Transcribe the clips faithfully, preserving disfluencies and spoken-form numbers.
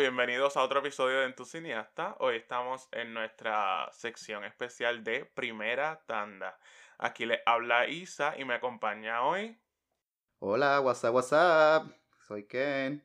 bienvenidos a otro episodio de En tu Cineasta. Hoy estamos en nuestra sección especial de Primera Tanda. Aquí les habla Isa y me acompaña hoy. Hola, what's up, what's up? Soy Ken.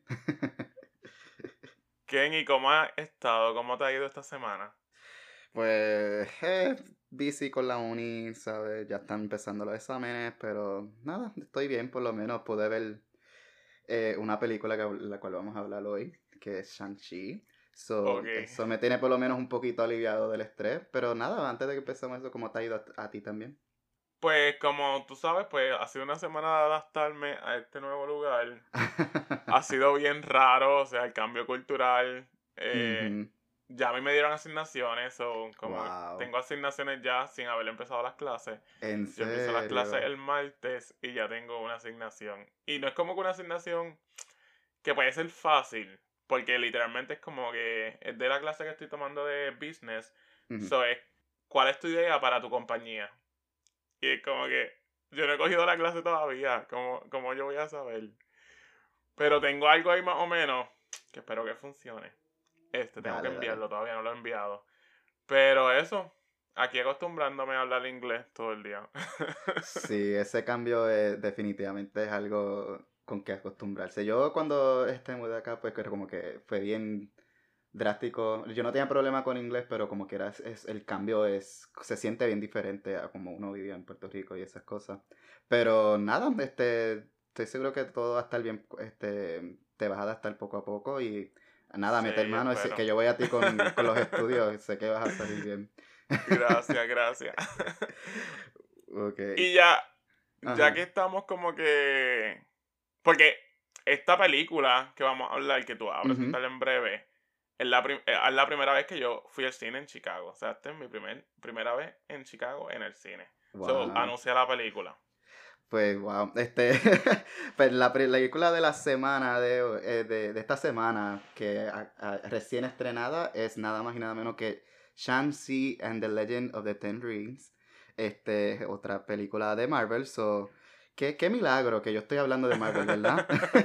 Ken, ¿y cómo has estado? ¿Cómo te ha ido esta semana? Pues, eh, busy con la uni, ¿sabes? Ya están empezando los exámenes, pero nada, estoy bien, por lo menos pude ver eh, una película que, la cual vamos a hablar hoy, que es Shang-Chi. Ok. So, eso me tiene por lo menos un poquito aliviado del estrés, pero nada, antes de que empecemos eso, ¿cómo te ha ido a, a ti también? Pues como tú sabes, pues ha sido una semana de adaptarme a este nuevo lugar. Ha sido bien raro, o sea, el cambio cultural. Eh, Ujú. ya a mí me dieron asignaciones, o como Wow, tengo asignaciones ya sin haber empezado las clases. ¿en Yo empiezo las clases serio? el martes y ya tengo una asignación. Y no es como que una asignación que puede ser fácil, porque literalmente es como que es de la clase que estoy tomando de business. Ujú. So es, ¿cuál es tu idea para tu compañía? Y es como que yo no he cogido la clase todavía, como, como yo voy a saber. Pero tengo algo ahí más o menos que espero que funcione. Este, tengo que Dale, dale. enviarlo, todavía no lo he enviado. Pero eso, aquí acostumbrándome a hablar inglés todo el día. Sí, ese cambio es- definitivamente es algo con que acostumbrarse. Yo cuando este mudé acá, pues que como que fue bien drástico. Yo no tenía problema con inglés, pero como que era, es, es- el cambio es, se siente bien diferente a como uno vivía en Puerto Rico y esas cosas. Pero nada, este, estoy seguro que todo va a estar bien, este, te vas a adaptar poco a poco y nada, Sí, meter mano, es espero. que yo voy a ti con, con los estudios, sé que vas a salir bien. Gracias, gracias. Ok, Y ya, ya que ajá. estamos como que... Porque esta película que vamos a hablar, que tú vas a Ujú. presentar en breve, es la, prim- eh, es la primera vez que yo fui al cine en Chicago. O sea, esta es mi primer, primera vez en Chicago en el cine. So, Wow. anuncia la película. Pues wow, este, pues la pre- película de la semana de, eh, de, de esta semana que a- a- recién estrenada es nada más y nada menos que Shang-Chi and the Legend of the Ten Rings, este, otra película de Marvel, so, qué, qué milagro que yo estoy hablando de Marvel, ¿verdad?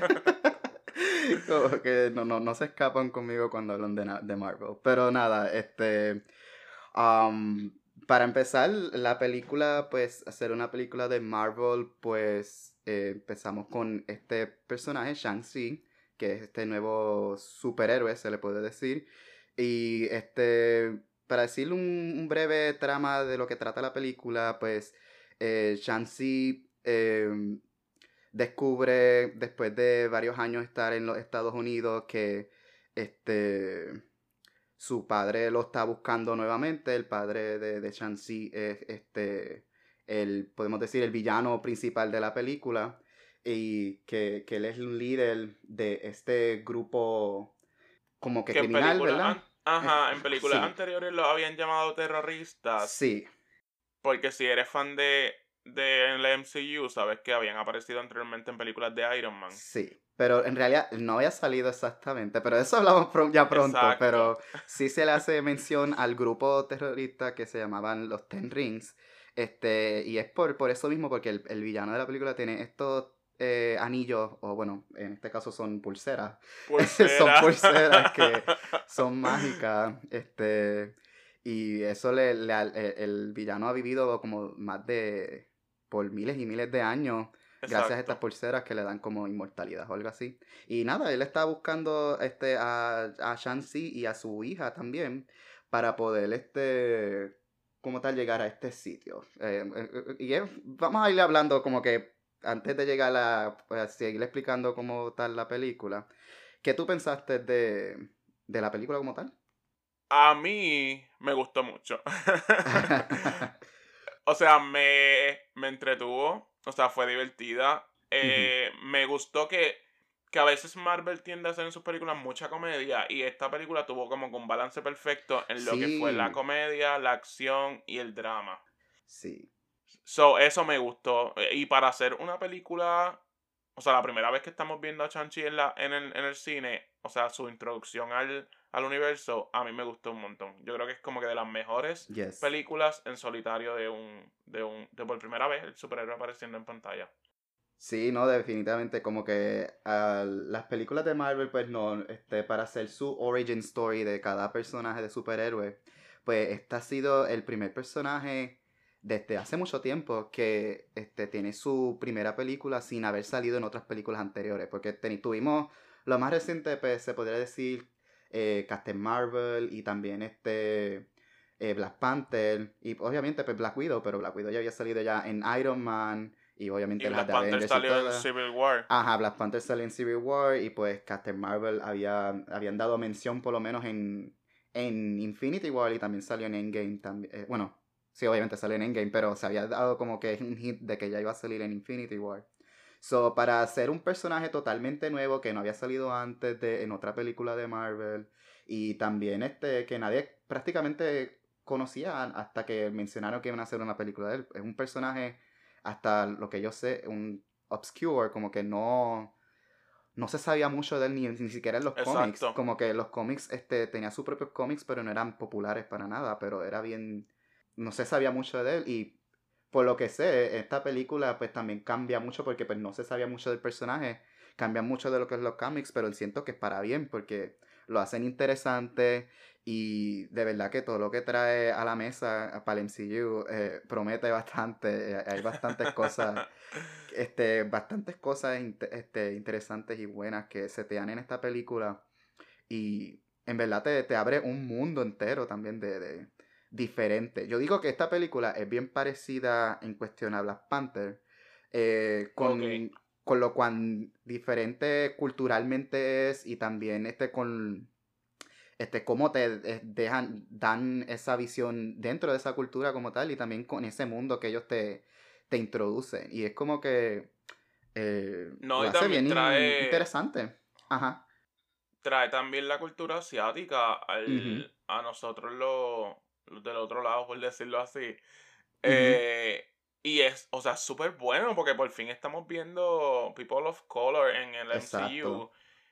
Como que no, no, no se escapan conmigo cuando hablan de, na- de Marvel, pero nada, este, Am, para empezar, la película, pues, hacer una película de Marvel, pues, eh, empezamos con este personaje, Shang-Chi, que es este nuevo superhéroe, se le puede decir. Y este, para decir un, un breve trama de lo que trata la película, pues, eh, Shang-Chi em, descubre, después de varios años estar en los Estados Unidos, que este su padre lo está buscando nuevamente. El padre de, de Shang-Chi es este, el, podemos decir, el villano principal de la película. Y que, que él es un líder de este grupo como que Que en criminal, películas, ¿verdad? an- Eh, ajá, en películas sí, anteriores los habían llamado terroristas. sí, Porque si eres fan de, de la M C U, sabes que habían aparecido anteriormente en películas de Iron Man. sí. Pero en realidad no había salido exactamente, pero de eso hablamos pro- ya pronto. Exacto. Pero sí se le hace mención al grupo terrorista que se llamaban los Ten Rings. Este, y es por, por eso mismo, porque el, el villano de la película tiene estos eh, anillos, o bueno, en este caso son pulseras. Son Pulsera. pulseras que son mágicas. Este, y eso le, le- el, el villano ha vivido como más de, por miles y miles de años gracias a estas Exacto. pulseras que le dan como inmortalidad o algo así. Y nada, él está buscando este, a, a Shanxi y a su hija también para poder, este, como tal, llegar a este sitio. Eh, eh, eh, y es- vamos a ir hablando como que antes de llegar a pues, seguir explicando como tal la película. ¿Qué tú pensaste de, de la película como tal? A mí me gustó mucho. O sea, me, me entretuvo. O sea, fue divertida. Ujú. Eh, me gustó que, que a veces Marvel tiende a hacer en sus películas mucha comedia. Y esta película tuvo como que un balance perfecto en lo que fue la Sí, comedia, la acción y el drama. sí. So, eso me gustó. Eh, Y para hacer una película, o sea, la primera vez que estamos viendo a Shang-Chi en, la, en, el, en el cine, o sea, su introducción al, al universo, a mí me gustó un montón. Yo creo que es como que de las mejores Yes. películas en solitario de un, de un, de por primera vez el superhéroe apareciendo en pantalla. Sí, no, definitivamente, como que ah, las películas de Marvel, pues no, este, para hacer su origin story de cada personaje de superhéroe, pues este ha sido el primer personaje desde hace mucho tiempo que este, tiene su primera película sin haber salido en otras películas anteriores, porque teni- tuvimos, lo más reciente, pues se podría decir eh, Captain Marvel y también este eh, Black Panther y obviamente pues Black Widow, pero Black Widow ya había salido ya en Iron Man y Y obviamente las Black de Panther Avengers y salió en todas. Civil War. Ajá, Black Panther salió en Civil War y pues Captain Marvel había, habían dado mención por lo menos en, en Infinity War y también salió en Endgame también. Eh, bueno, sí, obviamente salió en Endgame, pero se había dado como que un hint de que ya iba a salir en Infinity War. So, para hacer un personaje totalmente nuevo que no había salido antes de, en otra película de Marvel y también este que nadie prácticamente conocía hasta que mencionaron que iban a hacer una película de él. Es un personaje, hasta lo que yo sé, un obscure, como que no, no se sabía mucho de él ni, ni siquiera en los cómics. Exacto. Como que los cómics, este, tenía sus propios cómics, pero no eran populares para nada, pero era bien, no se sabía mucho de él y por lo que sé, esta película pues también cambia mucho porque pues no se sabía mucho del personaje, cambia mucho de lo que es los cómics, pero siento que es para bien porque lo hacen interesante y de verdad que todo lo que trae a la mesa para el M C U eh, promete bastante, eh, hay bastantes cosas, este, bastantes cosas inte- este, interesantes y buenas que se te dan en esta película y en verdad te, te abre un mundo entero también de, de diferente. Yo digo que esta película es bien parecida en cuestión a Black Panther, eh, Ok. con, con lo cual diferente culturalmente es y también este con este cómo te eh, dejan, dan esa visión dentro de esa cultura como tal y también con ese mundo que ellos te, te introducen. Y es como que eh, No, lo y hace también bien in- trae, interesante. Ajá. trae también la cultura asiática Ujú, al, a nosotros los, los del otro lado, por decirlo así. ujú. Eh, y es, o sea, súper bueno porque por fin estamos viendo People of Color en el M C Exacto. U.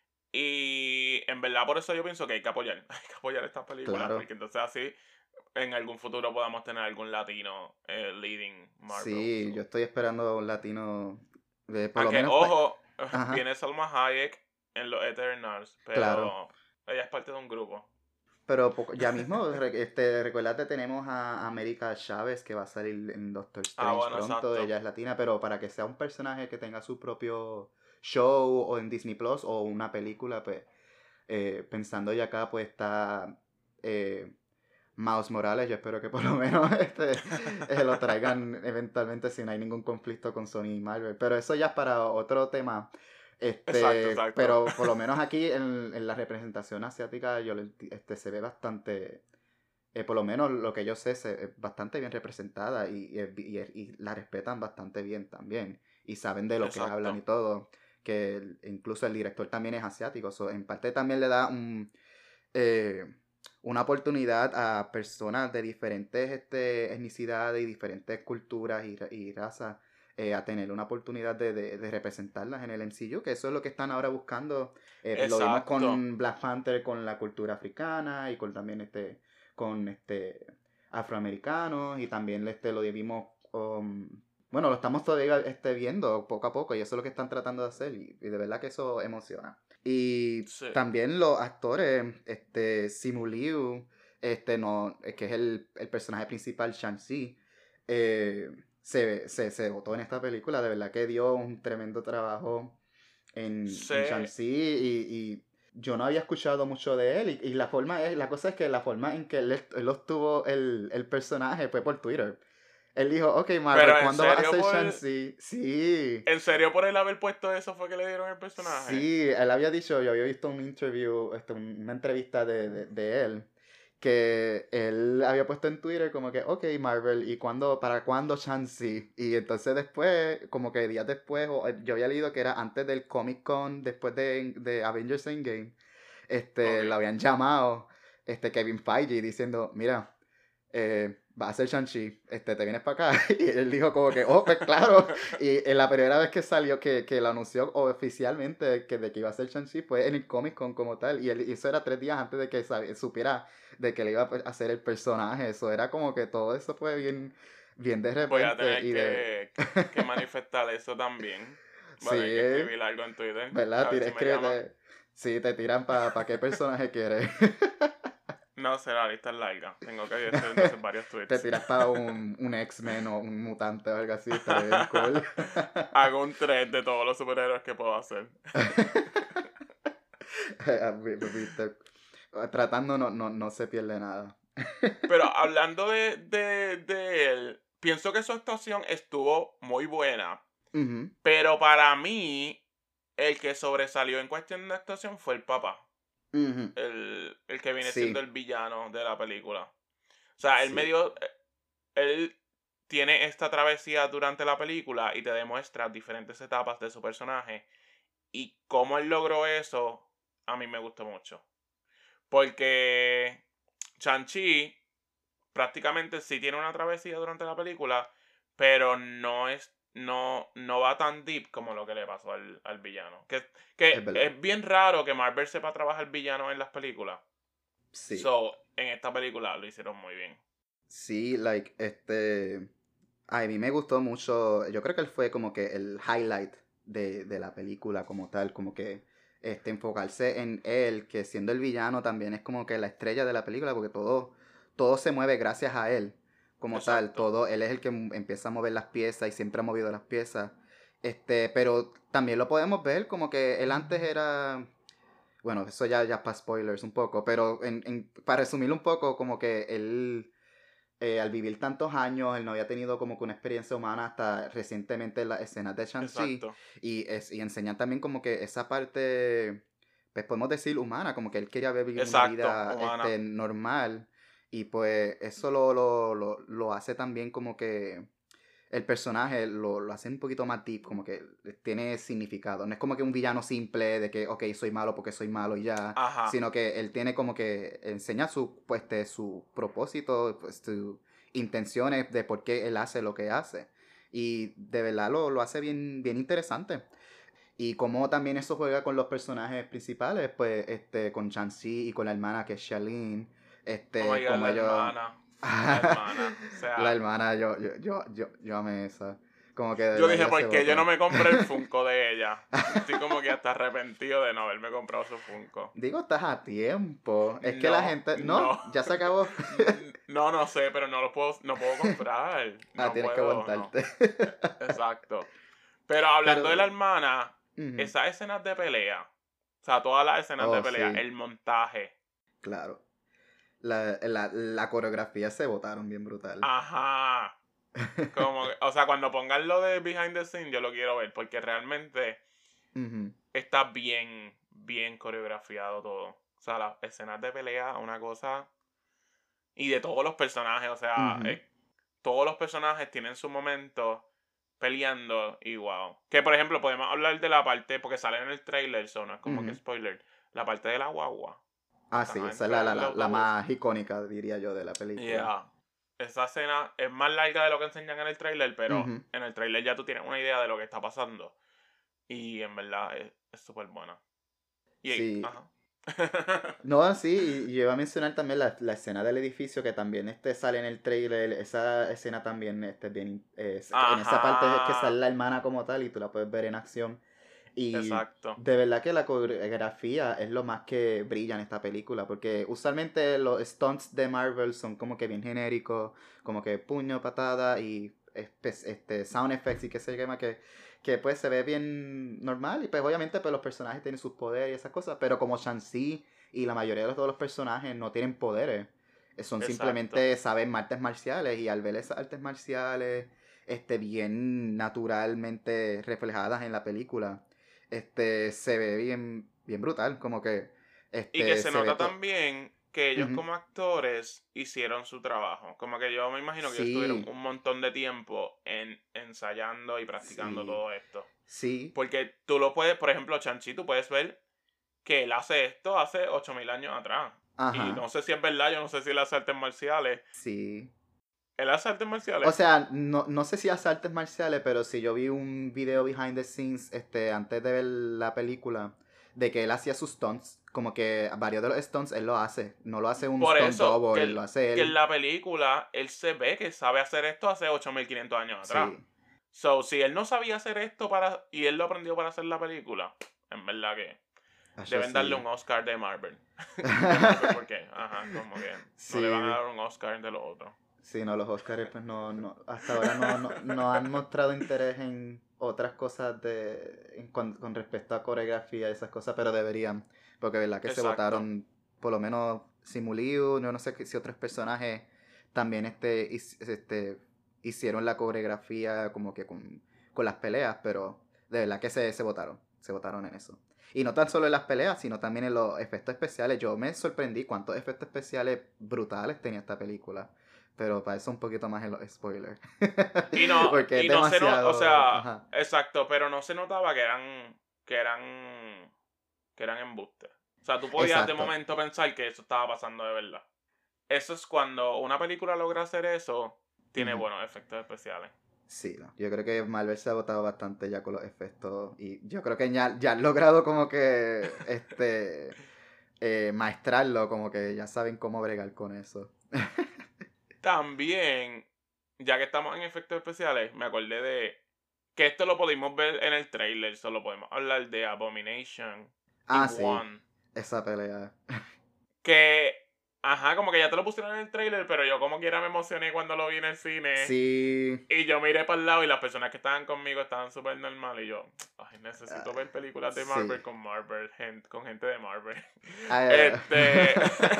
Y en verdad por eso yo pienso que hay que apoyar, hay que apoyar estas películas Claro. porque entonces así en algún futuro podamos tener algún latino eh, leading Marvel. Sí, yo So. estoy esperando un latino, de, por lo Aunque, menos, pa- ojo, ajá, viene Salma Hayek en los Eternals, claro. pero ella es parte de un grupo. Pero poco- ya mismo, re- este, recuérdate, tenemos a América Chávez que va a salir en Doctor Ah, Strange bueno, pronto, exacto. ella es latina, pero para que sea un personaje que tenga su propio show o en Disney Plus o una película, pues, eh, pensando ya acá, pues está eh, Miles Morales, yo espero que por lo menos este, eh, lo traigan eventualmente si no hay ningún conflicto con Sony y Marvel. Pero eso ya es para otro tema. Exacto, Este, exacto. pero por lo menos aquí en, en la representación asiática yo lo enti- este, se ve bastante, eh, por lo menos lo que yo sé, se, es bastante bien representada y, y, y- y la respetan bastante bien también. Y saben de lo que hablan y Exacto. todo. Que el- incluso el director también es asiático. So, en parte también le da un eh, una oportunidad a personas de diferentes este, etnicidades y diferentes culturas y, ra- y razas eh, a tener una oportunidad de, de- de representarlas en el M C U, que eso es lo que están ahora buscando. Eh, lo vimos Exacto. con Black Panther, con la cultura africana y con también este, con este afroamericanos y también este, lo vimos um, bueno, lo estamos todavía este, viendo poco a poco y eso es lo que están tratando de hacer y, y de verdad que eso emociona. Y Sí. también los actores, este, Simu Liu, este, no, eh, que es el, el personaje principal, Shang-Chi, eh, se, se, se votó en esta película, de verdad que dio un tremendo trabajo en, Sí. en Shang-Chi y, y yo no había escuchado mucho de él y, y la forma es, la cosa es que la forma en que él, él obtuvo el, el personaje fue por Twitter. Él dijo, ok, Marvel, Pero en ¿cuándo va a serio hacer por... Shang-Chi? Sí. En serio por el haber puesto eso fue que le dieron el personaje. Sí, él había dicho, yo había visto un interview, este, una entrevista de, de, de él, que él había puesto en Twitter como que, ok, Marvel, ¿y cuándo, para cuándo Shang-Chi? Y entonces después, como que días después, o, eh, yo había leído que era antes del Comic Con, después de, de Avengers Endgame, este, lo Ok. habían llamado, este, Kevin Feige, diciendo, mira, eh, va a ser Shang-Chi, este, ¿te vienes para acá? Y él dijo como que, oh, pues claro. Y en la primera vez que salió, que, que lo anunció oficialmente que, de que iba a ser Shang-Chi fue en el Comic Con como tal. Y él, y eso era tres días antes de que sab- supiera de que le iba a hacer el personaje. Eso era como que todo eso fue bien, bien de Voy a repente. tener Y de... que, que manifestar eso también. Voy a tener que Sí, escribir algo en Twitter. A ¿verdad? ver Tira, si me llaman. escríbete. Sí, te tiran para pa qué personaje quieres. No sé, la lista es larga. Tengo que hacer entonces varios Te tweets. tiras para un, un X-Men o un mutante o algo así, estaría bien cool. Hago un thread de todos los superhéroes que puedo hacer. Ah, vi- viste, tratando no, no, no se pierde nada. Pero hablando de, de, de él, pienso que su actuación estuvo muy buena. Ujú, Pero para mí, el que sobresalió en cuestión de actuación fue el papá. ujú. El, el que viene siendo Sí, el villano de la película. O sea, él sí, medio. Él tiene esta travesía durante la película y te demuestra diferentes etapas de su personaje. Y cómo él logró eso, a mí me gustó mucho. Porque Shang-Chi prácticamente sí tiene una travesía durante la película, pero no es no, no va tan deep como lo que le pasó al, al villano. Que, es que verdad. es bien raro que Marvel sepa trabajar villano en las películas. Sí, So, en esta película lo hicieron muy bien. sí, like, este... A mí me gustó mucho, yo creo que él fue como que el highlight de, de la película como tal, como que este, enfocarse en él, que siendo el villano también es como que la estrella de la película, porque todo, todo se mueve gracias a él, como tal, Exacto. todo, él es el que m- empieza a mover las piezas y siempre ha movido las piezas, este, pero también lo podemos ver como que él antes era, bueno, eso ya, ya para spoilers un poco, pero en, en- para resumirlo un poco, como que él eh, al vivir tantos años, él no había tenido como que una experiencia humana hasta recientemente en las escenas de Shang-Chi. Exacto. Y, es, y enseñan también como que esa parte, pues podemos decir humana, como que él quería vivir una Exacto, vida humana. este, normal. Y pues eso lo, lo, lo, lo hace también como que el personaje lo, lo hace un poquito más deep, como que tiene significado. No es como que un villano simple de que, ok, soy malo porque soy malo y ya, Ajá. sino que él tiene como que enseña su, pues, este, su propósito, pues, sus intenciones de por qué él hace lo que hace. Y de verdad lo, lo hace bien, bien interesante. Y como también eso juega con los personajes principales, pues, este, con Shang-Chi y con la hermana que es Charlene, Oh my este, god, como la ellos... hermana. La hermana. O La sea, hermana, yo, yo, yo, yo, yo amé esa. Como que de yo verdad dije, ella se ¿por qué yo no votó. me compré el Funko de ella? Estoy como que hasta arrepentido de no haberme comprado su Funko. Digo, estás a tiempo. Es que la No, gente. No, no. ya se acabó. No, no sé, pero no lo puedo, no puedo comprar. Ah, No tienes que puedo, no. aguantarte. Exacto. Pero hablando de la Pero. hermana, Ujú. esas escenas de pelea, o sea, todas las escenas de Oh, pelea, sí, el montaje, claro. La, la, la coreografía se votaron bien brutal. ajá, como, que- o sea, cuando pongan lo de behind the scene, yo lo quiero ver, porque realmente Ujú, está bien, bien coreografiado todo. O sea, las escenas de pelea, una cosa, y de todos los personajes, o sea, ujú, eh, todos los personajes tienen su momento peleando y wow. Que por ejemplo, podemos hablar de la parte, porque sale en el trailer, so no es como que ujú. spoiler, la parte de la guagua, que Ah, están sí, esa es adentro la, la, del la, la autobús. más icónica, diría yo, de la película. Yeah. Esa escena es más larga de lo que enseñan en el trailer, pero Ujú. en el trailer ya tú tienes una idea de lo que está pasando. Y en verdad es súper buena. Y, Sí, ajá. no, sí, y, y yo iba a mencionar también la, la escena del edificio que también este sale en el trailer, esa escena también este, bien, in- eh, es- en esa parte es que sale Ajá. la hermana como tal y tú la puedes ver en acción. Y Exacto. de verdad que la coreografía es lo más que brilla en esta película, porque usualmente los stunts de Marvel son como que bien genéricos, como que puño, patada y espe- este, sound effects y qué sé yo, qué más que que pues se ve bien normal y pues obviamente pues los personajes tienen sus poderes y esas cosas, pero como Shang-Chi y la mayoría de todos los personajes no tienen poderes, eh, son Exacto. simplemente saben artes marciales y al ver esas artes marciales este, bien naturalmente reflejadas en la película, este, se ve bien, bien brutal, como que Y que este, se se ve nota todo. también que ellos como actores hicieron su trabajo. Como que yo me imagino que ellos estuvieron Sí, un montón de tiempo en ensayando y practicando sí, todo esto. sí, Porque tú lo puedes, por ejemplo, Chanchi, tú puedes ver que él hace esto hace ocho mil años atrás. Y ajá, no sé si es verdad, yo no sé si él hace artes marciales. sí. ¿Él hace artes O marciales? sea, no, no sé si hace artes marciales, pero si yo vi un video behind the scenes, este, antes de ver la película, de que él hacía sus stunts, como que varios de los stunts él lo hace, no lo hace un Por stunt eso, que, double, lo él- hace que en él, la película él se ve que sabe hacer esto hace ocho mil quinientos años atrás. sí, So, si él no sabía hacer esto para y él lo aprendió para hacer la película, en verdad que Así deben darle sí. un Oscar de Marvel. De Marvel, porque, ajá, como que no le van a Sí, dar un Oscar de lo otro. sí, no, los Oscars pues no, no, hasta ahora no, no, no han mostrado interés en otras cosas de, en- con, con respecto a coreografía y esas cosas, pero deberían, porque verdad que se Exacto. votaron, por lo menos Simu Liu, yo no sé qué- si otros personajes también este, hic- este, hicieron la coreografía como que con, con las peleas, pero de verdad que se, se votaron, se votaron en eso. Y no tan solo en las peleas, sino también en los efectos especiales. Yo me sorprendí cuántos efectos especiales brutales tenía esta película. Pero para eso un poquito más en los spoilers. Y no, Porque es y no se no, o demasiado. sea, Ajá. exacto, pero no se notaba que eran, que eran, que eran embustes. O sea, tú podías de Exacto. momento pensar que eso estaba pasando de verdad. Eso es cuando una película logra hacer eso, tiene Ujú. buenos efectos especiales. Sí, no. Yo creo que Marvel se ha votado bastante ya con los efectos. Y yo creo que ya, ya han logrado como que este eh, maestrarlo, como que ya saben cómo bregar con eso. También, ya que estamos en efectos especiales, me acordé de que esto lo pudimos ver en el trailer, solo podemos hablar de Abomination y Ah, sí. One. Esa pelea. Que, ajá, como que ya te lo pusieron en el trailer, pero yo como quiera me emocioné cuando lo vi en el cine. Sí. Y yo miré para el lado y las personas que estaban conmigo estaban súper normal. Y yo, ay, necesito Ah, ver películas de sí. Marvel con Marvel, gente, con gente de Marvel. Ah, Este.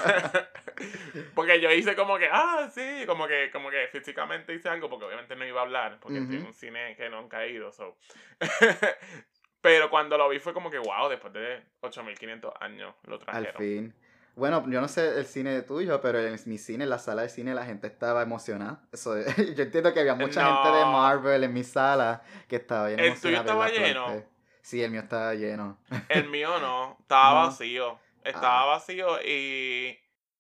Porque yo hice como que, ah, sí, como que, como que físicamente hice algo, porque obviamente no iba a hablar, porque estoy en ujú. un cine que nunca he ido. So. Pero cuando lo vi fue como que, wow, después de ocho mil quinientos años lo Al trajeron. fin. Bueno, yo no sé el cine tuyo, pero en mi cine, en la sala de cine, la gente estaba emocionada. Eso, yo entiendo que había mucha gente de No, Marvel en mi sala que estaba bien el tuyo emocionada de ver estaba la lleno. parte. Sí, el mío estaba lleno. El mío no, estaba No. vacío. Estaba Ah, vacío y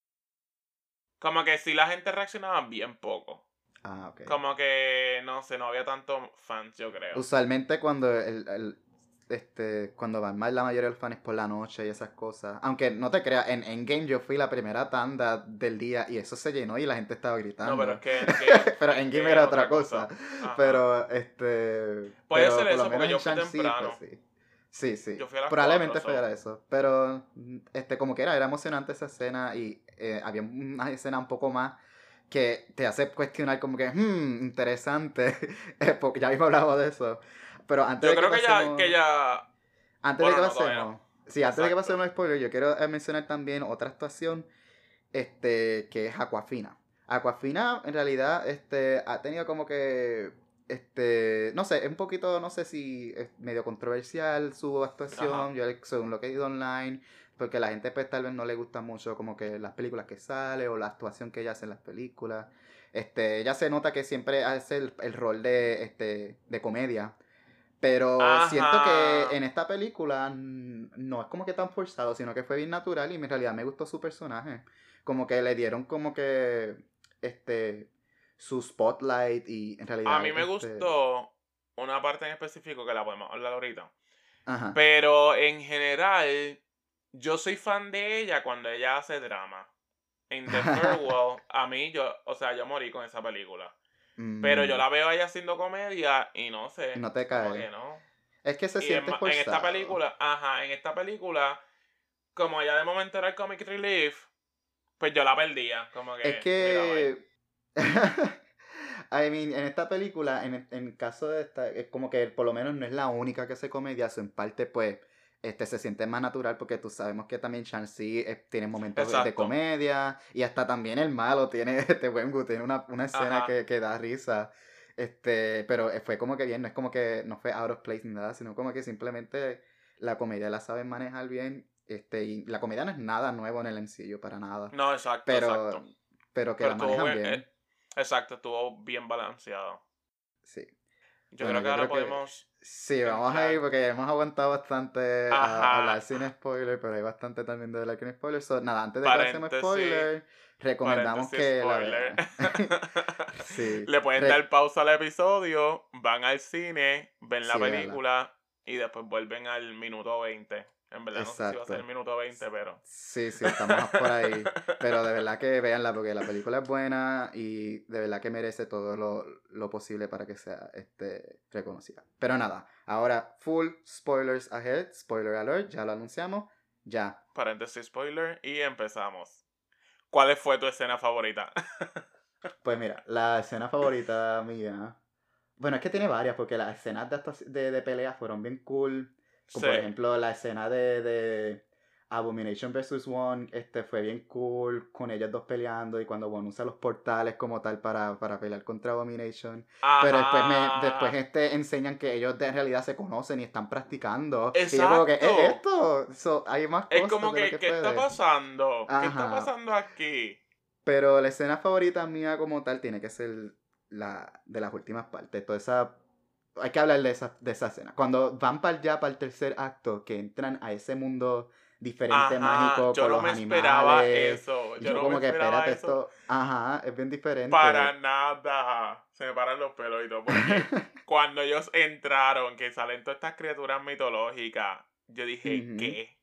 como que sí la gente reaccionaba bien poco. ah, ok. Como que, no sé, no había tantos fans, yo creo. Usualmente cuando el, el- este, cuando van más la mayoría de los fans por la noche y esas cosas. Aunque no te creas, en Endgame yo fui la primera tanda del día y eso se llenó y la gente estaba No, pero es gritando. que Endgame, Pero Endgame Endgame es era otra otra cosa. cosa. Ajá. Pero, este, Puede pero ser por lo eso menos porque en yo fui Shang-Chi, pues temprano. sí. Sí, Yo sí. fui a las cuatro, Probablemente so. fuera eso. Pero, este, como que era, era emocionante esa escena y eh, había una escena un poco más que te hace cuestionar como que, hmm, interesante. Porque ya mismo hablamos de eso. Pero antes Yo de que creo que ya, que pasemos, ya. antes de Bueno, que no, todavía no. pasemos, sí, antes de que Exacto. pasemos un spoiler, yo quiero eh, mencionar también otra actuación, este, que es Aquafina. Aquafina, en realidad, este, ha tenido como que, este, no sé, es un poquito, no sé si es medio controversial su Ajá. actuación, yo según lo que he ido online, porque la gente pues tal vez no le gusta mucho como que las películas que sale o la actuación que ella hace en las películas. Este, ella se nota que siempre hace el, el rol de, este, de comedia. Pero siento que Ajá. en esta película mm, no es como que tan forzado, sino que fue bien natural y en realidad me gustó su personaje. Como que le dieron como que este su spotlight y en A realidad mí me este gustó una parte en específico que la podemos hablar ahorita. ajá. Pero en general, yo soy fan de ella cuando ella hace drama. En The Farewell, a mí, yo, o sea, yo morí con esa película. Pero yo Mm, la veo a ella haciendo comedia y no y sé, no te como cae. que no. Es que se Y en, siente ma- en esta forzado. película, ajá, en esta película, como ella de momento era el comic relief, pues yo la perdía. Como Es que, mira, bye. que I mean, en esta película, en, en el caso de esta, es como que por lo menos no es la única que hace comedia, so, en parte pues este se siente más natural porque tú sabemos que también Shang-Chi eh, tiene momentos de, de Exacto. comedia y hasta también el malo tiene, este Wengu tiene una, una escena Ajá. que, que da risa, este, pero eh, fue como que bien, no es como que no fue out of place ni nada, sino como que simplemente la comedia la saben manejar bien, este, y la comedia no es nada nuevo en el sencillo para nada, No, exacto, pero, exacto. pero que Pero la estuvo manejan buen, eh, bien. exacto, estuvo bien balanceado. Sí. Yo Bueno, creo que yo ahora creo que podemos sí, vamos a ir entrar. porque hemos aguantado bastante a, hablar Ajá. sin spoiler, pero hay bastante también de hablar con spoiler. So, nada, antes de que hacemos Paréntesis. spoiler, recomendamos Paréntesis, que la spoiler. vean. Sí, Le pueden re- dar pausa al episodio, van al cine, ven la sí, véanla. película y después vuelven al minuto veinte. En verdad no sé si va a ser el Exacto. minuto veinte, pero... Sí, sí, estamos por ahí. Pero de verdad que véanla porque la película es buena y de verdad que merece todo lo, lo posible para que sea este, reconocida. Pero nada, ahora full spoilers ahead, spoiler alert, ya lo anunciamos, ya. Paréntesis spoiler y empezamos. ¿Cuál fue tu escena favorita? Pues mira, la escena favorita mía. Bueno, es que tiene varias, porque las escenas de, actuaci- de, de pelea fueron bien cool. Como por Sí. ejemplo, la escena de, de Abomination versus. One, este, fue bien cool, con ellos dos peleando y cuando One usa los portales como tal para, para pelear contra Abomination. Pero después me después Ajá. este, enseñan que ellos de, en realidad se conocen y están practicando. Y yo como que, ¿es Exacto. esto? So, hay más Es cosas como de lo que, que ¿qué está puede. pasando? ¿Qué está Ajá. pasando aquí? Pero la escena favorita mía como tal tiene que ser la de las últimas partes. Toda esa... Hay que hablar de esa, de esa escena. Cuando van para ya para el tercer acto, que entran a ese mundo diferente, Ajá, mágico, yo con no los me esperaba animales. eso. Y Yo yo no me como que, esperaba espérate, eso esto... Ajá, es bien para diferente. nada. Se me paran los pelos y todo. Porque cuando ellos entraron, que salen todas estas criaturas mitológicas, yo dije, Ujú. ¿qué?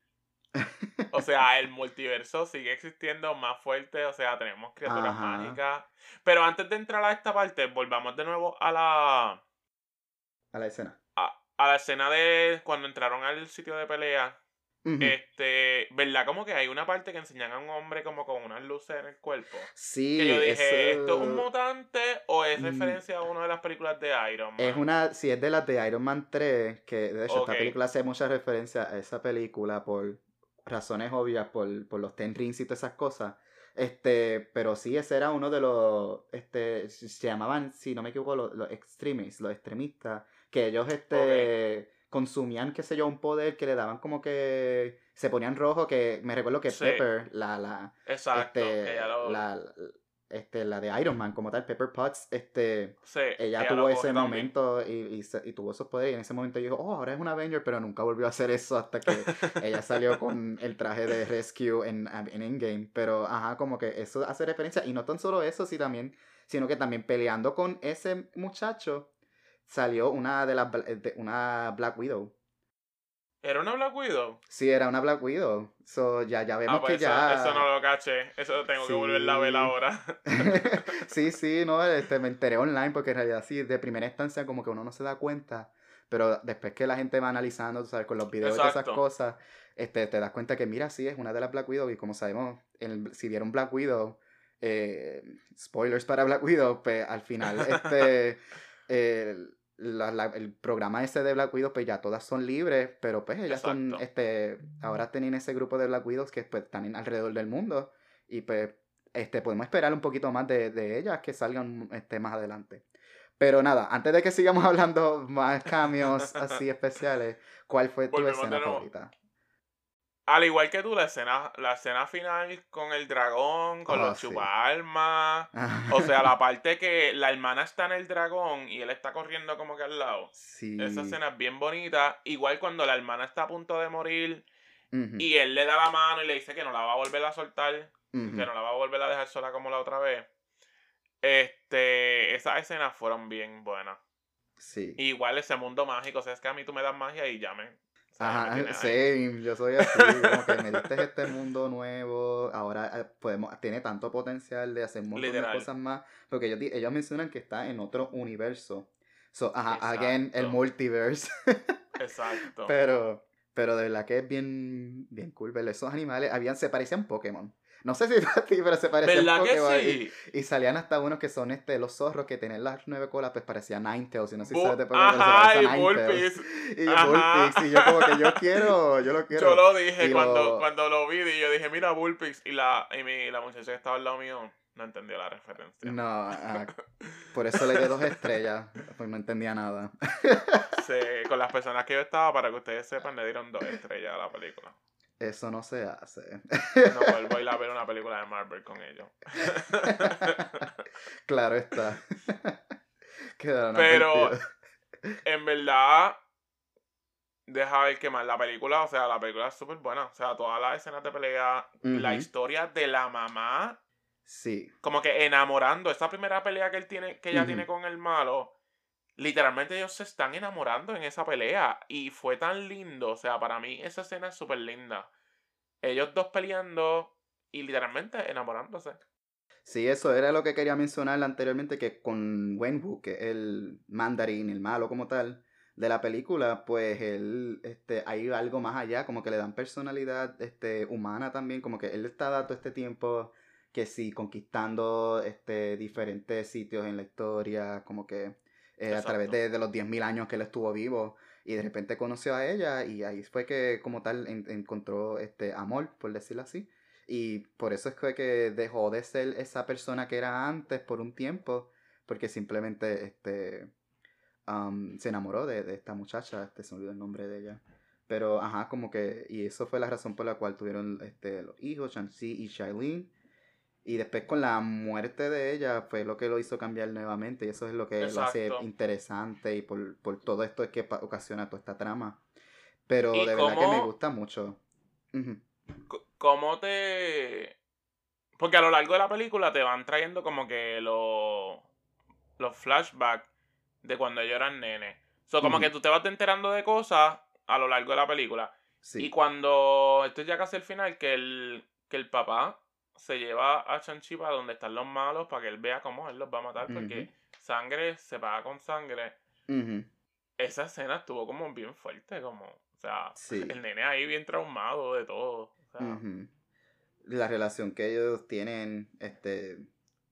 O sea, el multiverso sigue existiendo más fuerte. O sea, tenemos criaturas Ajá, mágicas. Pero antes de entrar a esta parte, volvamos de nuevo a la. a la escena. A, a la escena de cuando entraron al sitio de pelea. Ujú. Este, ¿verdad? Como que hay una parte que enseñan a un hombre como con unas luces en el cuerpo. Que yo Sí, dije, ¿esto es un eso... mutante o es mm, referencia a una de las películas de Iron Es Man? una, si es de las de Iron Man tres, que de hecho Ok, esta película hace mucha referencia a esa película por razones obvias, por, por los Ten Rings y todas esas cosas. Este, pero sí, ese era uno de los, este, se se llamaban, si no me equivoco, los, los extremis, los extremistas, que ellos, ok, este, consumían, qué sé yo, un poder que le daban como que, se ponían rojo, que me recuerdo que sí, Pepper, la, la, exacto, que ya este, lo, la, este, la de Iron Man como tal, Pepper Potts, este, sí, ella ella tuvo lo ese coge también. momento y, y, se- y tuvo esos poderes y en ese momento yo digo, oh, ahora es una Avenger, pero nunca volvió a hacer eso hasta que ella salió con el traje de Rescue en, en Endgame. Pero, ajá, como que eso hace referencia. Y no tan solo eso, sí, también, sino que también peleando con ese muchacho salió una de las, bla- de- una Black Widow. ¿Era una Black Widow? Sí, era una Black Widow. So, ya, ya Ah, vemos que pues eso, eso no ya... lo caché. Eso tengo que volverla a ver Sí. ahora. Sí, sí, no, este, me enteré online porque en realidad sí, de primera instancia como que uno no se da cuenta, pero después que la gente va analizando, tú sabes, con los videos y todas esas Exacto. cosas, este, te das cuenta que mira, sí, es una de las Black Widow y como sabemos, el, si vieron Black Widow, eh, spoilers para Black Widow, pues al final, este, el, la- la- el programa ese de Black Widow, pues ya todas son libres, pero pues ellas son, Exacto. este, ahora tienen ese grupo de Black Widows que pues están en- alrededor del mundo y pues este, podemos esperar un poquito más de, de ellas que salgan este, más adelante. Pero nada, antes de que sigamos hablando más cambios así especiales, ¿cuál fue tu Volvemos de escena nuevo. favorita? Al igual que tú, la escena, la escena final con el dragón, con Oh, los sí. chupa-almas. O sea, la parte que la hermana está en el dragón y él está corriendo como que al lado. Esa Sí. escena es bien bonita. Igual cuando la hermana está a punto de morir Ujú, y él le da la mano y le dice que no la va a volver a soltar. Que ujú, no la va a volver a dejar sola como la otra vez. Este, esas escenas fueron bien buenas. sí. Igual ese mundo mágico. O sea, es que a mí tú me das magia y ya me. O sea, ya me Ajá, tienes ahí. same, yo soy así, como que me diste este mundo nuevo, ahora eh, podemos, tiene tanto potencial de hacer un montón de Literal. cosas más, porque ellos, di- ellos mencionan que está en otro universo. So, ajá, again, el Exacto. multiverse. Exacto. Pero, pero de verdad que es bien, bien cool ver esos animales. Habían, se parecían Pokémon. No sé si para ti, pero se parecían ¿Verdad que Pokémon. Y, sí? y salían hasta unos que son este, los zorros que tienen las nueve colas, pues parecían Ninetales. Y no sé si sabes Bu de Pokémon, pero se parece Ajá, a y Ninetales. Bullpix. Y Ajá. Bullpix. Y yo como que yo quiero, yo lo Yo quiero. lo dije Y cuando, lo... cuando lo vi. Y yo dije, mira, Bullpix. Y la, y mi, la muchacha que estaba al lado mío no entendió la referencia. No, ah, por eso le di dos estrellas. Pues no entendía nada. Sí, con las personas que yo estaba, para que ustedes sepan, le dieron dos estrellas a la película. Eso no se hace. No vuelvo a ir a ver una película de Marvel con ellos. Claro está. Quedaron Pero, advertidos. en verdad, deja ver qué más. La película, o sea, la película es súper buena. O sea, todas las escenas de pelea, la Ujú, historia de la mamá, sí. como que enamorando. Esa primera pelea que él tiene, que ella tiene Ujú. con el malo, literalmente ellos se están enamorando en esa pelea. Y fue tan lindo. O sea, para mí esa escena es súper linda. Ellos dos peleando y literalmente enamorándose. Sí, eso era lo que quería mencionar anteriormente, que con Wenwu, que es el mandarín, el malo como tal, de la película, pues él, este, hay algo más allá, como que le dan personalidad, este, humana también, como que él está dando este tiempo que sí, conquistando, este, diferentes sitios en la historia, como que eh, a través Exacto. de, de los diez mil años que él estuvo vivo, y de repente conoció a ella, y ahí fue que como tal en- encontró, este, amor, por decirlo así. Y por eso es que que dejó de ser esa persona que era antes por un tiempo, porque simplemente este, um, se enamoró de, de esta muchacha, este, se me olvidó el nombre de ella. Pero, ajá, como que, y eso fue la razón por la cual tuvieron este, los hijos, Shang-Chi y Shailene. Y después con la muerte de ella fue lo que lo hizo cambiar nuevamente. Y eso es lo que lo hace Exacto. interesante y por, por todo esto es que pa- ocasiona toda esta trama. Pero ¿Y de verdad que me cómo, gusta mucho. Ujú. c- cómo te... Porque a lo largo de la película te van trayendo como que los los flashbacks de cuando ellos eran nenes. So, como que Ujú. tú te vas enterando de cosas a lo largo de la película. Y Sí. cuando esto es ya casi el final, que el, que el papá se lleva a Shang-Chi para donde están los malos para que él vea cómo él los va a matar. Ujú. Porque sangre se paga con sangre. Ujú. Esa escena estuvo como bien fuerte. Como, o sea, el Sí. nene ahí bien traumado de todo. O sea, Ujú. La relación que ellos tienen, este,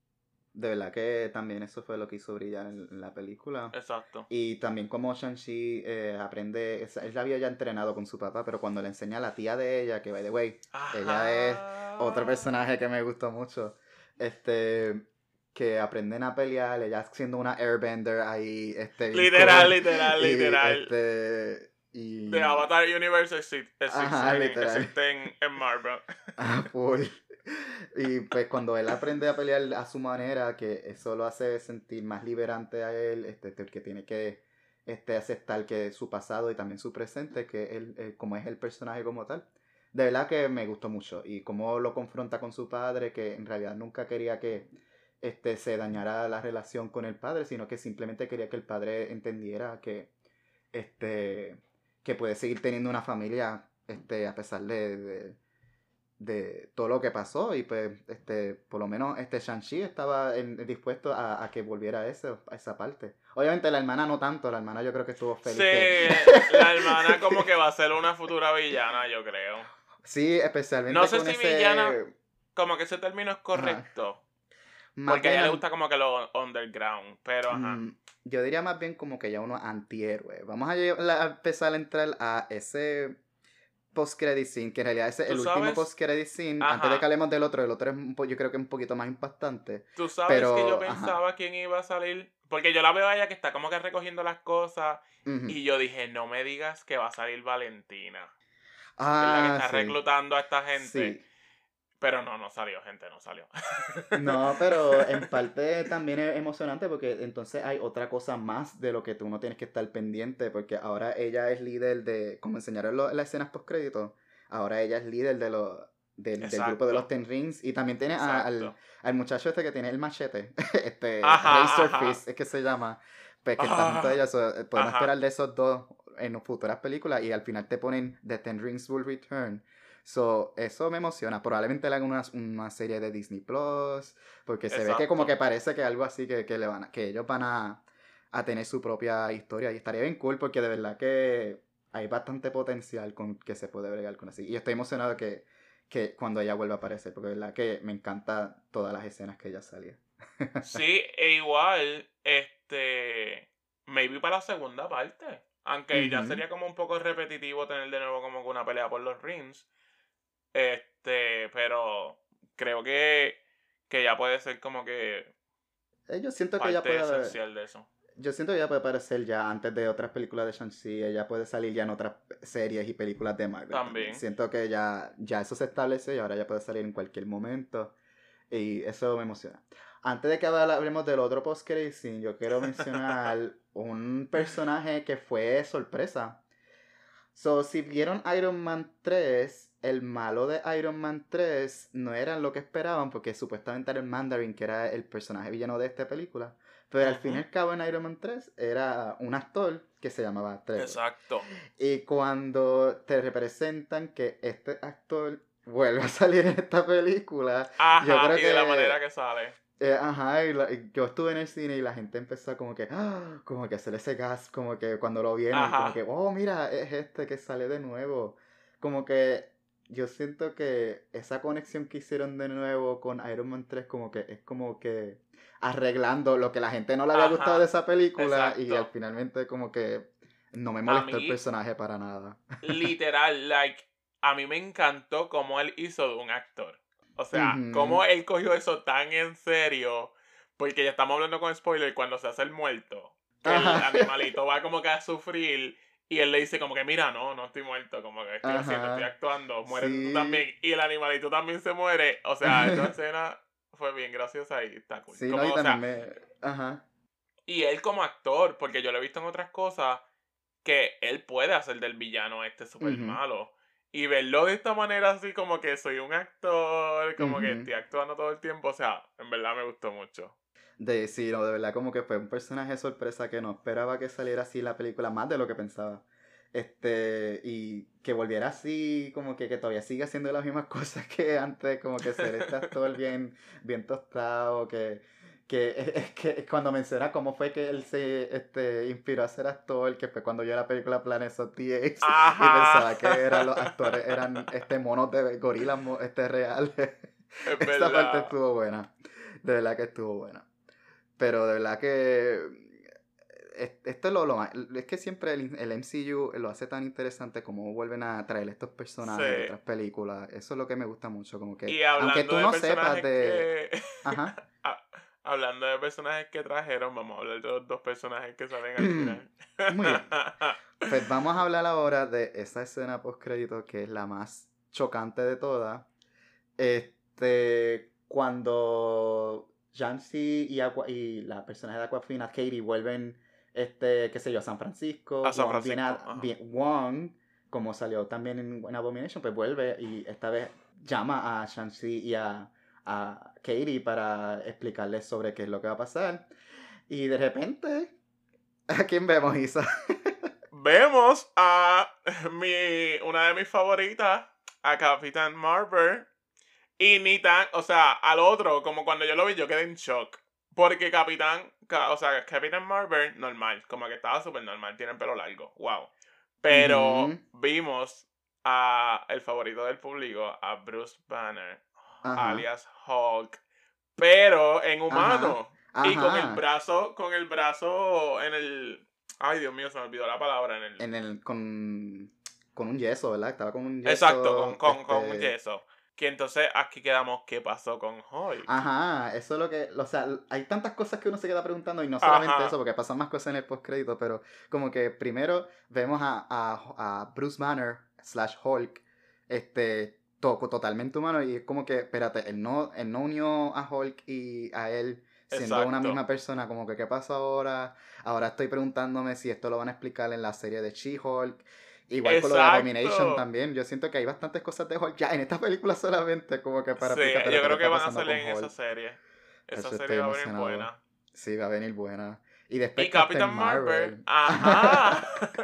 de verdad que también eso fue lo que hizo brillar en, en la película. exacto. Y también como Shang-Chi eh, aprende, esa- él la había ya entrenado con su papá, pero cuando le enseña a la tía de ella, que by the way, ella es otro Ajá. personaje que me gustó mucho, este, que aprenden a pelear, ella siendo una airbender ahí, este, bien Literal, cool, literal, y literal. este, De y, Avatar Universe exi- ajá, existen, literal. existen en Marvel. Ah, full. Y pues cuando él aprende a pelear a su manera, que eso lo hace sentir más liberante a él, este, que tiene que este, aceptar que su pasado y también su presente, que él, él- como es el personaje como tal. De verdad que me gustó mucho. Y cómo lo confronta con su padre, que en realidad nunca quería que este, se dañara la relación con el padre, sino que simplemente quería que el padre entendiera que, este, que puede seguir teniendo una familia este, a pesar de, de de todo lo que pasó y pues este por lo menos este Shang-Chi estaba en- dispuesto a, a que volviera a, eso, a esa parte. Obviamente la hermana no tanto, la hermana yo creo que estuvo Sí, feliz que la hermana como que va a ser una futura villana, yo creo. sí, No especialmente sé con si villana, ese como que ese término es ajá, correcto. más Porque a bien ella le an- gusta como que lo underground. Pero ajá. mm, yo diría más bien como que ya uno antihéroe. Vamos a, lle- la- a empezar a entrar a ese post-credit scene, que en realidad ese es Tú el último sabes, post-credit scene. Antes de que ajá. hablemos del otro, el otro es un po- yo creo que es un poquito más impactante. Tú sabes que yo Pero, ajá. pensaba quién iba a salir. Porque yo la veo a ella que está como que recogiendo las cosas. Ujú. Y yo dije, no me digas que va a salir Valentina. ¿Verdad? Que Ah, está sí. reclutando a esta gente. Sí. Pero no, no salió, gente, no salió. No, pero en parte también es emocionante porque entonces hay otra cosa más de lo que tú no tienes que estar pendiente porque ahora ella es líder de, como enseñaron lo- las escenas post crédito, ahora ella es líder de los del, del grupo de los Exacto, Ten Rings y también tiene a- al, exacto. al muchacho este que tiene el machete, este Ajá, Razor ajá. Fist es que se llama, pues que está junto a Ah, ella, so, eh, podemos esperar ajá. de esos dos en futuras películas y al final te ponen The Ten Rings Will Return. So, eso me emociona. Probablemente le hagan una, una serie de Disney Plus. Porque se ve que como que Exacto. parece que algo así que, que, le van a- que ellos van a, a tener su propia historia. Y estaría bien cool porque de verdad que hay bastante potencial con que se puede bregar con así. Y estoy emocionado que, que cuando ella vuelva a aparecer. Porque de verdad que me encanta todas las escenas que ella salía. Sí, e igual, este, maybe para la segunda parte. Aunque ya Ujú. sería como un poco repetitivo tener de nuevo como que una pelea por los rings. Este, pero creo que, que ya puede ser como que Eh, Yo siento que ella parte puede. esencial de eso. Yo siento que ella puede aparecer ya antes de otras películas de Shang-Chi. Ella puede salir ya en otras series y películas de Marvel también. También. Siento que ya, ya eso se establece y ahora ya puede salir en cualquier momento. Y eso me emociona. Antes de que habla- hablemos del otro post-credit scene, yo quiero mencionar un personaje que fue sorpresa. So, si vieron Iron Man tres, el malo de Iron Man tres no era lo que esperaban, porque supuestamente era el Mandarin, que era el personaje villano de esta película. Pero al fin y Ujú. al cabo en Iron Man tres era un actor que se llamaba Trevor. Exacto. Y cuando te representan que este actor vuelve a salir en esta película, yo Ajá, creo y de la manera que... que sale. eh, ajá, y la- y yo estuve en el cine y la gente empezó como que, ¡ah! Como que hacer ese gas, como que cuando lo vieron, como que, Ajá. oh, mira, es este que sale de nuevo. Como que yo siento que esa conexión que hicieron de nuevo con Iron Man tres como que es como que arreglando lo que la gente no le había gustado de Ajá. esa película y al Exacto. finalmente como que no me A molestó el mí, personaje para nada. literal, like, a mí me encantó cómo él hizo de un actor. O sea, Ujú. cómo él cogió eso tan en serio. Porque ya estamos hablando con spoiler cuando se hace el muerto. Que el Ajá. animalito va como que a sufrir. Y él le dice como que, mira, no, no estoy muerto. Como que estoy haciendo, estoy Ajá. actuando. Muérete tú Sí. también. Y el animalito también se muere. O sea, esa escena fue bien graciosa y está cool. Sí, no, Como, y o también sea, me... Ajá. y él como actor, porque yo lo he visto en otras cosas, que él puede hacer del villano este súper Ujú. malo. Y verlo de esta manera así como que soy un actor, como que Ujú. estoy actuando todo el tiempo, o sea, en verdad me gustó mucho. De, sí, no, de verdad como que fue un personaje sorpresa que no esperaba que saliera así la película, más de lo que pensaba. Este, y que volviera así, como que, que todavía sigue haciendo las mismas cosas que antes, como que ser este actor bien, bien tostado, que, que es, es que cuando menciona cómo fue que él se este, inspiró a ser actor, que fue cuando yo la película Planet of the Apes y Ajá, pensaba que eran los actores, eran este monos de gorilas, mo- este reales. es Esa parte verdad. estuvo buena, de verdad que estuvo buena. Pero de verdad que es- esto es lo, lo más- es que siempre el, el M C U lo hace tan interesante como vuelven a traer estos Sí. personajes de otras películas. Eso es lo que me gusta mucho, como que Y aunque hablando tú de no sepas personajes de... que... Ajá. Ah, hablando de personajes que trajeron, vamos a hablar de los dos personajes que salen al final. Muy bien. Pues vamos a hablar ahora de esa escena post crédito que es la más chocante de todas. Este, cuando Jancy y, Aqua- y la personaje de Aquafina, Katie, vuelven, este, qué sé yo, a San Francisco, A San Wong viene Francisco, a, ajá. vi- Wong, como salió también en, en Abomination, pues vuelve y esta vez llama a Jancy y a, a Katie para explicarles sobre qué es lo que va a pasar. Y de repente, ¿a quién vemos, Isa? Vemos a mi, una de mis favoritas, a Capitán Marvel. Y ni tan, o sea, al otro, como cuando yo lo vi, yo quedé en shock. Porque Capitán, Ca- o sea, Capitán Marvel, normal, como que estaba súper normal, tiene el pelo largo, wow. Ujú. Pero vimos a el favorito del público, a Bruce Banner, Ajá, alias Hulk, pero en ajá, humano. Y con el ajá. brazo, con el brazo en el... Ay, Dios mío, se me olvidó la palabra en el... En el, con, con un yeso, ¿verdad? Estaba con un Exacto, con, yeso, con, con este... yeso. Que entonces aquí quedamos, ¿qué pasó con Hulk? Ajá, eso es lo que, o sea, hay tantas cosas que uno se queda preguntando y no solamente eso, Ajá, porque pasan más cosas en el postcrédito, pero como que primero vemos a, a, a Bruce Banner slash Hulk, este, to- totalmente humano y es como que, espérate, él no, él no unió a Hulk y a él siendo una exacto. misma persona, como que, ¿qué pasó ahora? Ahora estoy preguntándome si esto lo van a explicar en la serie de She-Hulk. Igual con lo de Abomination Exacto. también. Yo siento que hay bastantes cosas de Hulk ya en esta película solamente, como que para Sí, explicar, yo espérate, ¿qué creo que está van a pasando salir con en esa Hulk? serie. Esa Eso serie estoy va a venir emocionado. buena. Sí, va a venir buena. Y después Y Captain Capitán Marvel, Marvel. ajá.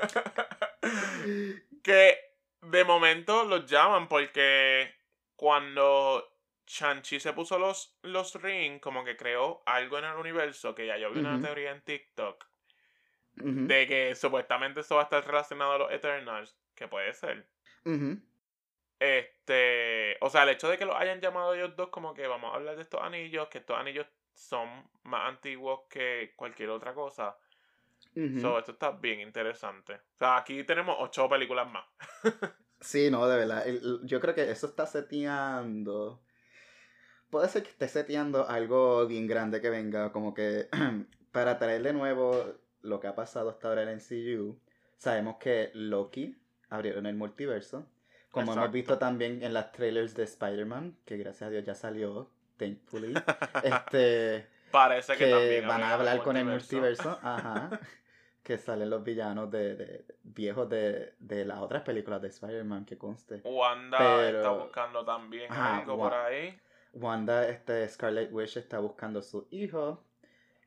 Que de momento los llaman porque cuando Shang-Chi se puso los, los rings, como que creó algo en el universo, que ya yo vi una Ujú, teoría en TikTok, ujú, de que supuestamente eso va a estar relacionado a los Eternals, que puede ser. ujú, Este, o sea, el hecho de que los hayan llamado ellos dos, como que vamos a hablar de estos anillos, que estos anillos son más antiguos que cualquier otra cosa. ujú. So, esto está bien interesante. O sea, aquí tenemos ocho películas más. Sí, no, de verdad. El- el- yo creo que eso está seteando. Puede ser que esté seteando algo bien grande que venga, como que para traer de nuevo lo que ha pasado hasta ahora en el M C U. Sabemos que Loki abrieron el multiverso. Como hemos visto Exacto. también en las trailers de Spider-Man, que gracias a Dios ya salió, thankfully. Este, Parece que que también van a abrirán el hablar con el multiverso. multiverso, ajá. Que salen los villanos de, de- viejos de, de las otras películas de Spider-Man, que conste. Wanda está Pero, buscando también ajá, algo por Wa- ahí. Wanda, este, Scarlet Witch está buscando a su hijo.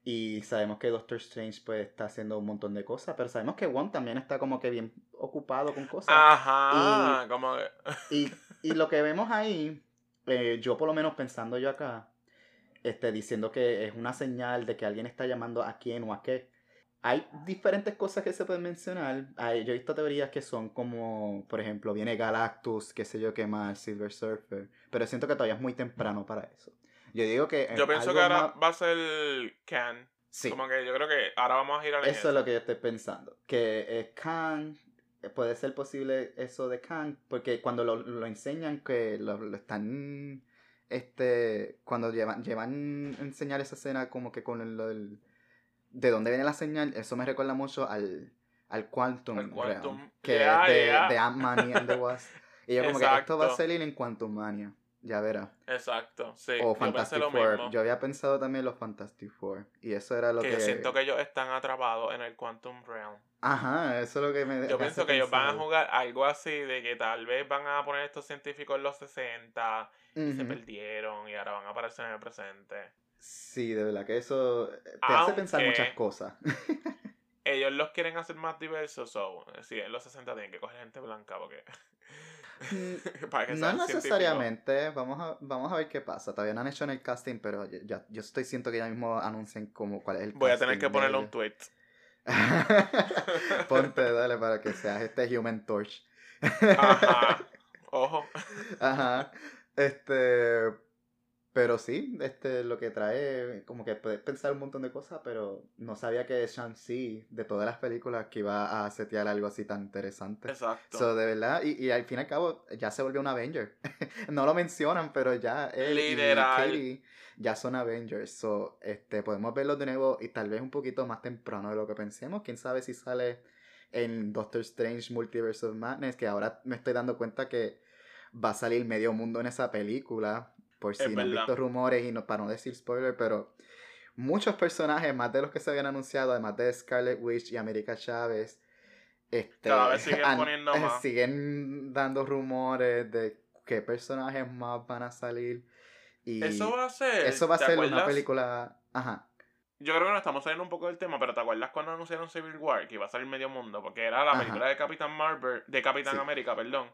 Y sabemos que Doctor Strange pues está haciendo un montón de cosas, pero sabemos que Wong también está como que bien ocupado con cosas. Y, Ajá, como que... y, y lo que vemos ahí, eh, yo por lo menos pensando yo acá, este, diciendo que es una señal de que alguien está llamando a quién o a qué. Hay diferentes cosas que se pueden mencionar. Hay- yo he visto teorías que son como, por ejemplo, viene Galactus, qué sé yo qué más, Silver Surfer. Pero siento que todavía es muy temprano para eso. Yo digo que Yo eh, pienso que algo ahora más... va a ser Can. Sí, Como que yo creo que ahora vamos a girar en eso es lo eso. que yo estoy pensando. Que eh, Kang, eh, puede ser posible eso de Kang, porque cuando lo, lo enseñan, que lo, lo están, este, cuando llevan, llevan a enseñar esa escena como que con el, lo del- de dónde viene la señal, eso me recuerda mucho al, al El Quantum Realm, Quantum. que Yeah, de, yeah. de Ant-Man y and the Wasp. Y yo como que esto va a Exacto. salir en Quantum Mania, ya verás. Exacto. Sí, O yo pensé Fantastic lo Four. mismo. Yo había pensado también los Fantastic Four. Y eso era lo Que yo siento que... que ellos están atrapados en el Quantum Realm. Ajá, eso es lo que me, Yo me hace pienso que ellos van a pensar. jugar algo así de que tal vez van a poner estos científicos en los sesenta y se Ujú. perdieron y ahora van a aparecer en el presente. Sí, de verdad que eso te hace pensar muchas Aunque cosas. ellos los quieren hacer más diversos, so, sí, en los sesenta tienen que coger gente blanca porque Mm, para que No sean científicos. necesariamente, vamos a, vamos a ver qué pasa. Todavía no han hecho en el casting, pero ya, ya- yo estoy siento que ya mismo anuncien como cuál es el Voy a tener que casting de ponerle un ellos. tweet. Ponte, dale, para que seas este Human Torch. Ajá. Ojo. Ajá. Este, pero sí, este, lo que trae, como que puedes pensar un montón de cosas, pero no sabía que Shang-Chi, de todas las películas, que iba a setear algo así tan interesante. Exacto. So, de verdad, y, y al fin y al cabo, ya se volvió un Avenger. No lo mencionan, pero ya él y Literal. Katie ya son Avengers. So, este, podemos verlos de nuevo y tal vez un poquito más temprano de lo que pensemos. Quién sabe si sale en Doctor Strange Multiverse of Madness, que ahora me estoy dando cuenta que va a salir medio mundo en esa película, por Es si no han verdad. visto rumores y no, para no decir spoiler, pero muchos personajes, más de los que se habían anunciado, además de Scarlet Witch y América Chávez, Cada este, vez siguen han- poniendo eh, más. siguen dando rumores de qué personajes más van a salir Eso y va a ser. eso va a ¿Te ser una acuerdas? película, ajá, Yo creo que nos estamos saliendo un poco del tema, pero ¿te acuerdas cuando anunciaron Civil War? Que iba a salir medio mundo. Porque era la película ajá, de Capitán Marvel. De Capitán sí, América, perdón.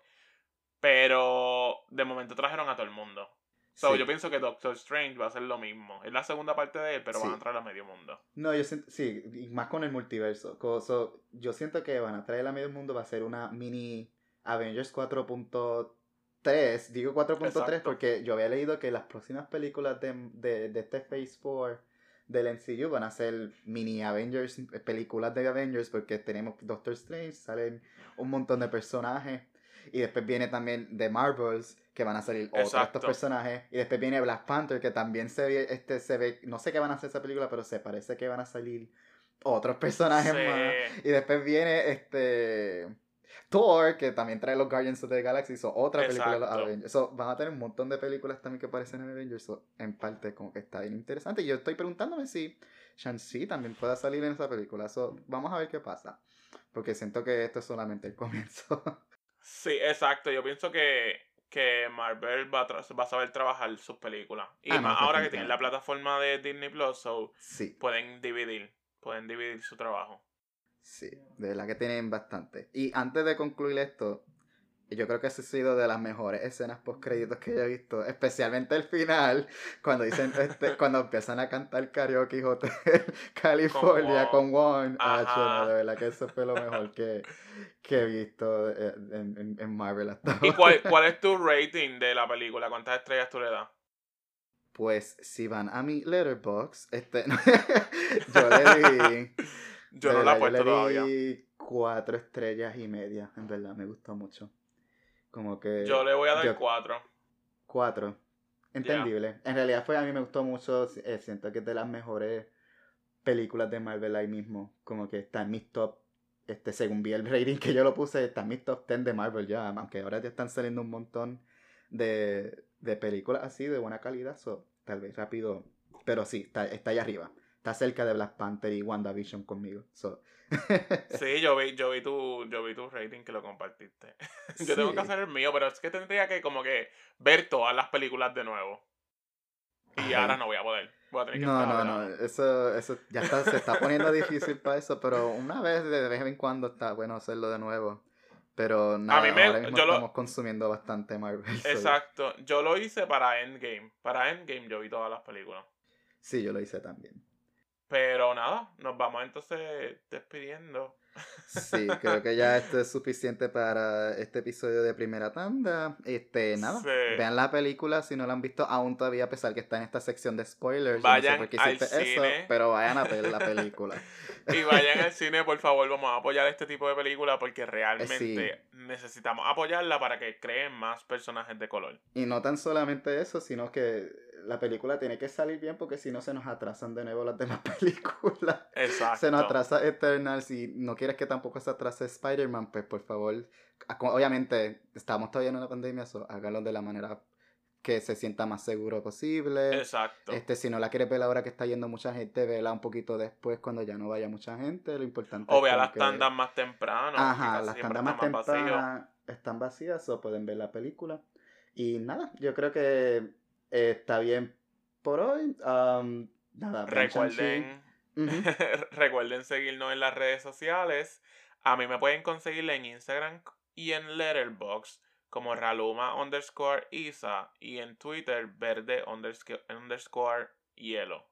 Pero de momento trajeron a todo el mundo. So, yo sí, pienso que Doctor Strange va a ser lo mismo. Es la segunda parte de él, pero van a sí. traer a medio mundo. No, yo siento, sí, y más con el multiverso. Co- so, yo siento que van a traer a medio mundo, va a ser una mini Avengers cuatro punto tres. Digo cuatro punto tres Exacto. porque yo había leído que las próximas películas de, de, de este Phase cuatro del M C U van a ser mini Avengers, eh, películas de Avengers, porque tenemos Doctor Strange, salen un montón de personajes. Y después viene también The Marvels, que van a salir otros de estos Exacto. personajes. Y después viene Black Panther, que también se ve, este, se ve, no sé qué van a hacer esa película, pero se parece que van a salir otros personajes Sí. más. Y después viene este Thor, que también trae los Guardians of the Galaxy, so, otra película de los Exacto. Avengers. So, van a tener un montón de películas también que aparecen en Avengers. So, en parte, como que está bien interesante. Y yo estoy preguntándome si Shang-Chi también pueda salir en esa película. So, vamos a ver qué pasa. Porque siento que esto es solamente el comienzo. Sí, exacto. Yo pienso que, que Marvel va a, tra- va a saber trabajar sus películas. Y Ah, no, más ahora que tienen la definitivamente. plataforma de Disney Plus, so Sí, pueden dividir. Pueden dividir su trabajo. sí, de verdad que tienen bastante. Y antes de concluir esto, yo creo que esa ha sido de las mejores escenas post créditos que yo he visto, especialmente el final, cuando dicen, este, cuando empiezan a cantar Karaoke Hotel Con California Wong. con One. Ah, no, de Ajá. verdad que eso fue lo mejor que, que he visto eh, en, en, en Marvel hasta ¿Y cuál, ahora. cuál es tu rating de la película? ¿Cuántas estrellas tú le das? Pues si van a mi Letterboxd, este, yo le di, Yo de no la he verdad, yo le puesto todavía. di cuatro estrellas y media, en verdad, me gustó mucho. Como Yo que le voy a dar yo, cuatro. cuatro, Ya. entendible. En realidad fue, a mí me gustó mucho, eh, siento que es de las mejores películas de Marvel ahí mismo. Como que está en mis top, este, según vi el rating que yo lo puse, está en mis top diez de Marvel ya, aunque ahora ya están saliendo un montón de, de películas así de buena calidad, so, tal vez rápido, pero sí, está, está ahí arriba. Está cerca de Black Panther y WandaVision conmigo. So. Sí, yo vi, yo vi tu, yo vi tu rating que lo compartiste. Yo tengo que Sí. hacer el mío, pero es que tendría que como que ver todas las películas de nuevo. Y Ay, ahora no voy a poder. Voy a tener que no, esperar a no, no, verano. eso, eso ya está, se está poniendo difícil para eso, pero una vez de vez en cuando está bueno hacerlo de nuevo. Pero A mí nada, me... ahora mismo Yo lo... estamos consumiendo bastante Marvel. So, Exacto. Yo lo hice para Endgame. Para Endgame yo vi todas las películas. sí, yo lo hice también. Pero nada, nos vamos entonces despidiendo. Sí, creo que ya esto es suficiente para este episodio de primera tanda. Este, nada, Sí. vean la película si no la han visto aún todavía, a pesar que está en esta sección de spoilers. Yo no sé Vayan por qué al hiciste eso, cine. pero vayan a ver la película. Y vayan al cine, por favor. Vamos a apoyar este tipo de película porque Eh, Sí, realmente necesitamos apoyarla para que creen más personajes de color. y no tan solamente eso, sino que la película tiene que salir bien porque si no se nos atrasan de nuevo las demás películas. Se nos Exacto. atrasa Eternal, si no quieres que tampoco se atrase Spider-Man, pues por favor, a- como- obviamente estamos todavía en una pandemia, so hágalo de la manera que se sienta más seguro posible. Exacto. Este, si no la quieres ver ahora que está yendo mucha gente, vela un poquito después cuando ya no vaya mucha gente. Lo importante O es vea como las que, tandas más temprano, que ajá, casi las siempre tandas están más más vacíos. tempranas están vacías o pueden ver la película. Y nada, yo creo que eh, está bien por hoy. Um, nada, vean Shang-Chi. Recuerden, Ujú. recuerden seguirnos en las redes sociales. A mí me pueden conseguir en Instagram y en Letterboxd como Raluma underscore Isa y en Twitter verde underscore, underscore hielo.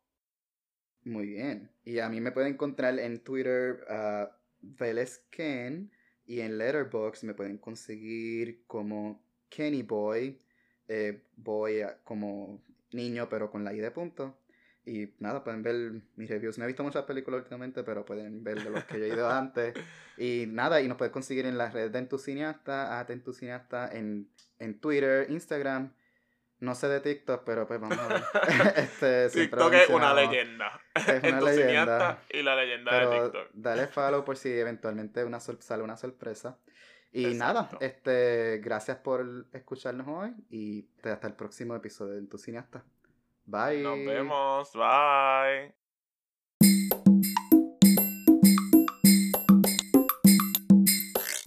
Muy bien. Y a mí me pueden encontrar en Twitter uh, Vélez Ken y en Letterboxd me pueden conseguir como Kenny Boy. Eh, boy ah, como niño pero con la I de punto. Y nada, pueden ver mis reviews. No he visto muchas películas últimamente, pero pueden ver de los que yo he ido antes. Y nada, y nos pueden conseguir en las redes de Entusiasta, a Entusiasta en, en Twitter, Instagram. No sé de TikTok, pero pues vamos a ver. Este, siempre lo TikTok es una mencionamos. leyenda. Es una leyenda. Entusiasta y la leyenda de Pero TikTok. dale follow por si eventualmente una sor- sale una sorpresa. Y nada, Exacto. este, gracias por escucharnos hoy y hasta el próximo episodio de Tu Cineasta. Nos Bye. vemos. Bye.